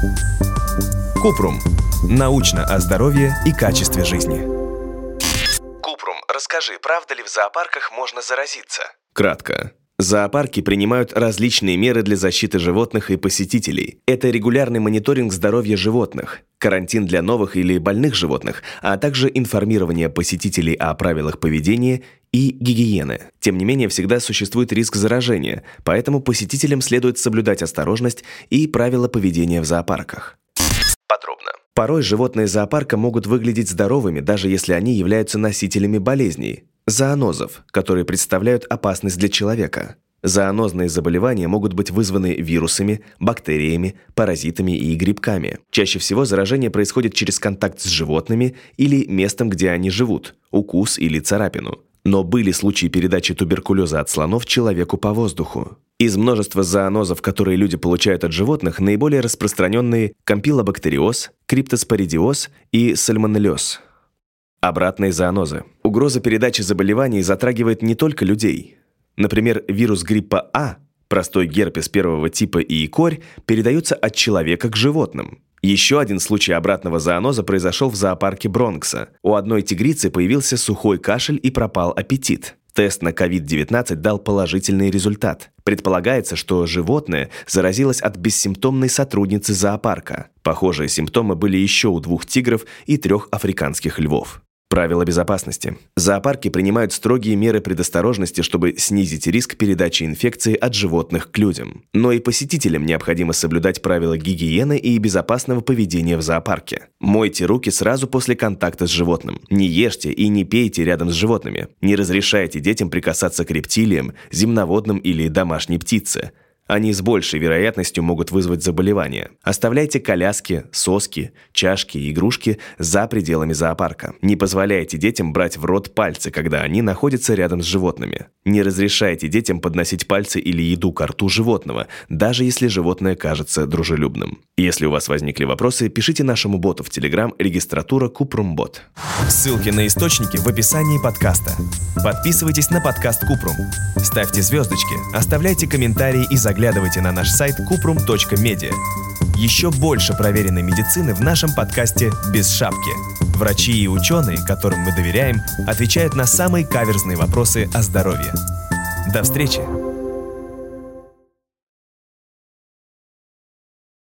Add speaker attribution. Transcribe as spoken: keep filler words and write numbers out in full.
Speaker 1: Купрум. Научно о здоровье и качестве жизни.
Speaker 2: Купрум, расскажи, правда ли в зоопарках можно заразиться?
Speaker 3: Кратко. Зоопарки принимают различные меры для защиты животных и посетителей. Это регулярный мониторинг здоровья животных, карантин для новых или больных животных, а также информирование посетителей о правилах поведения и гигиены. Тем не менее, всегда существует риск заражения, поэтому посетителям следует соблюдать осторожность и правила поведения в зоопарках.
Speaker 2: Подробно.
Speaker 3: Порой животные зоопарка могут выглядеть здоровыми, даже если они являются носителями болезней, зоонозов, которые представляют опасность для человека. Зоонозные заболевания могут быть вызваны вирусами, бактериями, паразитами и грибками. Чаще всего заражение происходит через контакт с животными или местом, где они живут, укус или царапину. Но были случаи передачи туберкулеза от слонов человеку по воздуху. Из множества зоонозов, которые люди получают от животных, наиболее распространенные кампилобактериоз, криптоспоридиоз и сальмонеллез. Обратные зоонозы. Угроза передачи заболеваний затрагивает не только людей. Например, вирус гриппа А, простой герпес первого типа и корь передаются от человека к животным. Еще один случай обратного зооноза произошел в зоопарке Бронкса. У одной тигрицы появился сухой кашель и пропал аппетит. Тест на ковид девятнадцать дал положительный результат. Предполагается, что животное заразилось от бессимптомной сотрудницы зоопарка. Похожие симптомы были еще у двух тигров и трех африканских львов. Правила безопасности. Зоопарки принимают строгие меры предосторожности, чтобы снизить риск передачи инфекции от животных к людям. Но и посетителям необходимо соблюдать правила гигиены и безопасного поведения в зоопарке. Мойте руки сразу после контакта с животным. Не ешьте и не пейте рядом с животными. Не разрешайте детям прикасаться к рептилиям, земноводным или домашней птице. Они с большей вероятностью могут вызвать заболевания. Оставляйте коляски, соски, чашки и игрушки за пределами зоопарка. Не позволяйте детям брать в рот пальцы, когда они находятся рядом с животными. Не разрешайте детям подносить пальцы или еду к рту животного, даже если животное кажется дружелюбным. Если у вас возникли вопросы, пишите нашему боту в Telegram регистратура Купрумбот.
Speaker 1: Ссылки на источники в описании подкаста. Подписывайтесь на подкаст Купрум. Ставьте звездочки, оставляйте комментарии и заглядывайте на наш сайт купрум точка медиа. Еще больше проверенной медицины в нашем подкасте «Без шапки». Врачи и ученые, которым мы доверяем, отвечают на самые каверзные вопросы о здоровье. До встречи!